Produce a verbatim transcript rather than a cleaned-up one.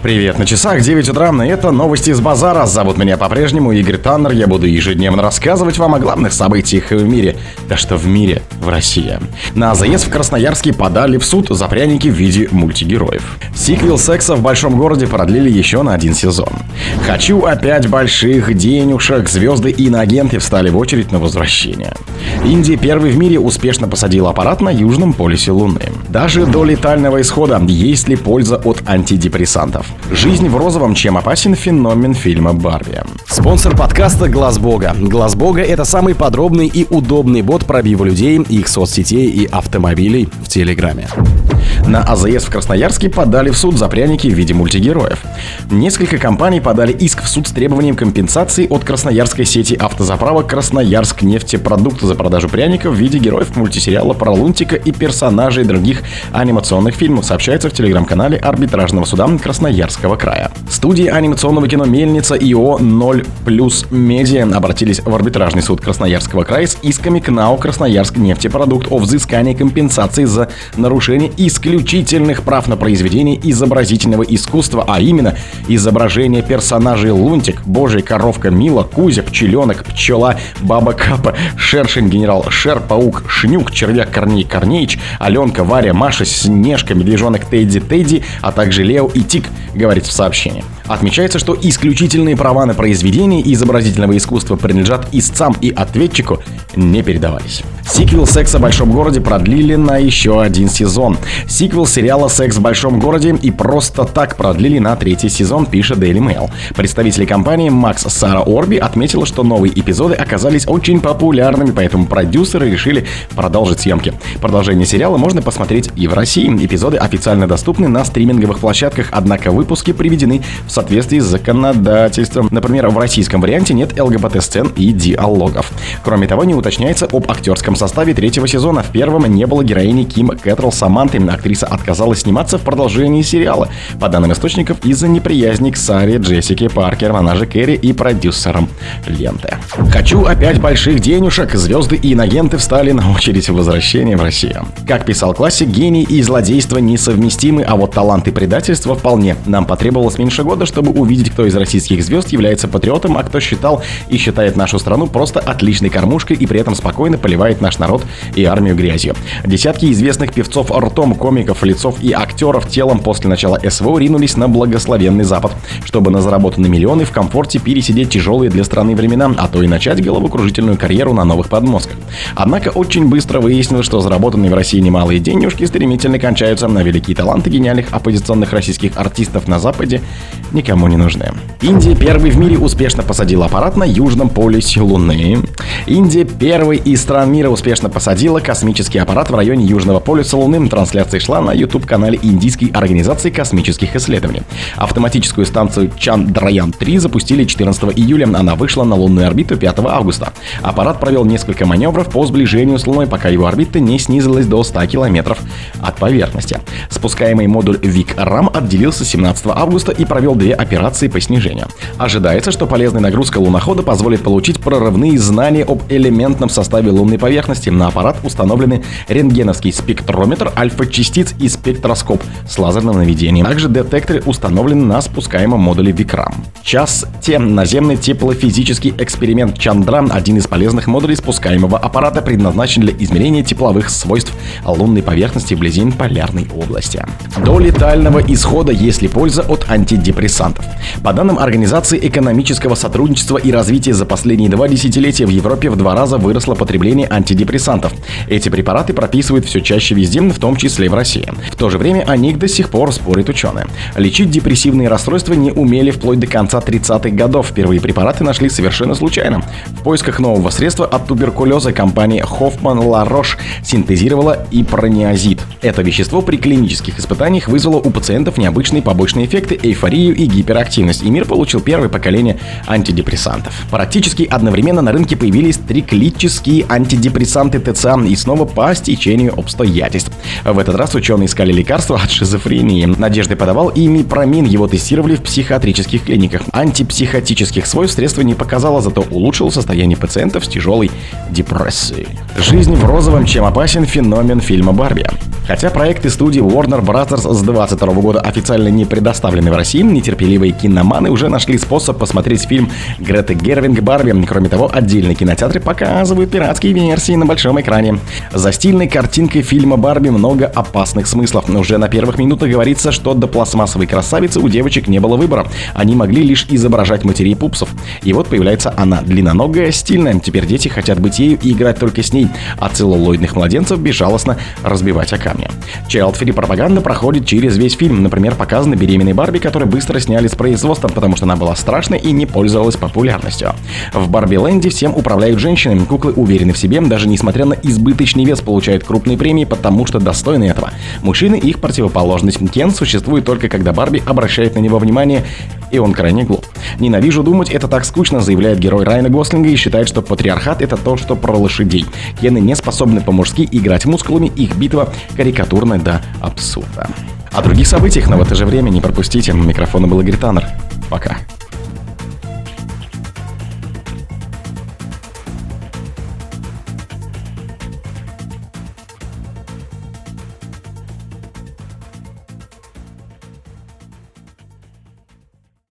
Привет, на часах девять утра, и это новости из базара. Зовут меня по-прежнему Игорь Таннер. Я буду ежедневно рассказывать вам о главных событиях в мире. Да что в мире, в России. На АЗС в Красноярске подали в суд за пряники в виде мультигероев. Сиквел «Секса в большом городе» продлили еще на один сезон. Хочу опять больших денежек. Звезды и иноагенты встали в очередь на возвращение. Индия первой в мире успешно посадила аппарат на южном полюсе Луны. Даже до летального исхода. Есть ли польза от антидепрессантов? Жизнь в розовом, чем опасен феномен фильма «Барби». Спонсор подкаста «Глаз Бога». «Глаз Бога» — это самый подробный и удобный бот пробива людей, их соцсетей и автомобилей в Телеграме. На АЗС в Красноярске подали в суд за пряники в виде мультигероев. Несколько компаний подали иск в суд с требованием компенсации от красноярской сети автозаправок «Красноярск нефтепродукт» за продажу пряников в виде героев мультисериала про Лунтика и персонажей других анимационных фильмов, сообщается в телеграм-канале арбитражного суда Красноярского края. Студии анимационного кино «Мельница» и ООО «ноль плюс Медиа» обратились в арбитражный суд Красноярского края с исками к НАО «Красноярск нефтепродукт» о взыскании компенсации за нарушение исключительных прав на произведение изобразительного искусства, а именно изображение персонажей Лунтик, Божий, коровка Мила, Кузя, пчеленок, пчела, баба Капа, Шершень, генерал Шер, паук Шнюк, червяк Корней Корнеич, Аленка, Варя, Маша, Снежка, медвежонок Тедди Тедди, а также Лео и Тик, говорится в сообщении. Отмечается, что исключительные права на произведение изобразительного искусства принадлежат истцам и ответчику не передавались. Сиквел «Секса в большом городе» продлили на еще один сезон. Сиквел сериала «Секс в большом городе» и просто так продлили на третий сезон, пишет Daily Mail. Представители компании Макс Сара Орби отметила, что новые эпизоды оказались очень популярными, поэтому продюсеры решили продолжить съемки. Продолжение сериала можно посмотреть и в России. Эпизоды официально доступны на стриминговых площадках, однако выпуски приведены в соответствии с законодательством. Например, в российском варианте нет ЛГБТ-сцен и диалогов. Кроме того, не уточняется об актерском составе третьего сезона. В первом не было героини Ким Кэтрол Саманты. Актриса отказалась сниматься в продолжении сериала, по данным источников, из-за неприязни к Саре Джессике Паркер, она же Кэрри, и продюсерам ленты. Хочу опять больших денежек. Звезды и иноагенты встали на очередь возвращения в Россию. Как писал классик, гений и злодейство несовместимы, а вот талант и предательство вполне. Нам потребовалось меньше года, чтобы увидеть, кто из российских звезд является патриотом, а кто считал и считает нашу страну просто отличной кормушкой и при этом спокойно поливает наш народ и армию грязью. Десятки известных певцов ртом, комиков, лицов и актеров телом после начала СВО ринулись на благословенный Запад, чтобы на заработанные миллионы в комфорте пересидеть тяжелые для страны времена, а то и начать головокружительную карьеру на новых подмостках. Однако очень быстро выяснилось, что заработанные в России немалые денежки стремительно кончаются, на великие таланты гениальных оппозиционных российских артистов на Западе никому не нужны. Индия первой в мире успешно посадила аппарат на южном полюсе Луны. Индия первой из стран мира успешно посадила космический аппарат в районе южного полюса Луны. Трансляция шла на YouTube-канале Индийской организации космических исследований. Автоматическую станцию Чандраян три запустили четырнадцатого июля. Она вышла на лунную орбиту пятого августа. Аппарат провел несколько маневров по сближению с Луной, пока его орбита не снизилась до ста километров от поверхности. Спускаемый модуль Викрам отделился семнадцатого августа и провел две операции по снижению. Ожидается, что полезная нагрузка лунохода позволит получить прорывные знания об элементном составе лунной поверхности. На аппарат установлены рентгеновский спектрометр, альфа-частиц и спектроскоп с лазерным наведением. Также детекторы установлены на спускаемом модуле Викрам. Час-Т. Наземный теплофизический эксперимент Чандра, один из полезных модулей спускаемого аппарата, предназначен для измерения тепловых свойств лунной поверхности вблизи полярной области. До летального исхода есть ли польза от антидепрессантов? По данным Организации экономического сотрудничества и развития, за последние два десятилетия в Европе в два раза выросло потребление антидепрессантов. Эти препараты прописывают все чаще везде, в том числе в России. В то же время о них до сих пор спорят ученые. Лечить депрессивные расстройства не умели вплоть до конца тридцатых годов. Впервые препараты нашли совершенно случайно. В поисках нового средства от туберкулеза компания Hoffmann La Roche синтезировала ипрониазид. Это вещество при клинических испытаниях вызвало у пациентов необычные побочные эффекты, эйфорию и и гиперактивность, и мир получил первое поколение антидепрессантов. Практически одновременно на рынке появились триклические антидепрессанты ТЦА и снова по стечению обстоятельств. В этот раз ученые искали лекарства от шизофрении. Надежды подавал и мипромин, его тестировали в психиатрических клиниках. Антипсихотических свойств средство не показало, зато улучшило состояние пациентов с тяжелой депрессией. Жизнь в розовом, чем опасен феномен фильма «Барби». Хотя проекты студии Warner Bros. С двадцать второго года официально не предоставлены в России, нетерпеливые киноманы уже нашли способ посмотреть фильм Греты Гервинг «Барби». Кроме того, отдельные кинотеатры показывают пиратские версии на большом экране. За стильной картинкой фильма «Барби» много опасных смыслов. Уже на первых минутах говорится, что до пластмассовой красавицы у девочек не было выбора. Они могли лишь изображать матерей пупсов. И вот появляется она, длинноногая, стильная. Теперь дети хотят быть ею и играть только с ней, а целлулоидных младенцев безжалостно разбивать о камни. Child-free пропаганда проходит через весь фильм. Например, показаны беременной Барби, которую быстро сняли с производства, потому что она была страшной и не пользовалась популярностью. В Барби-ленде всем управляют женщины. Куклы уверены в себе, даже несмотря на избыточный вес, получают крупные премии, потому что достойны этого. Мужчины — их противоположность. Кен существует только когда Барби обращает на него внимание, и он крайне глуп. «Ненавижу думать, это так скучно», заявляет герой Райана Гослинга и считает, что патриархат — это то, что про лошадей. Кены не способны по-мужски играть мускулами, их битва карикатурная до абсурда. О других событиях, но в это же время не пропустите. У микрофона был Игорь Таннер. Пока.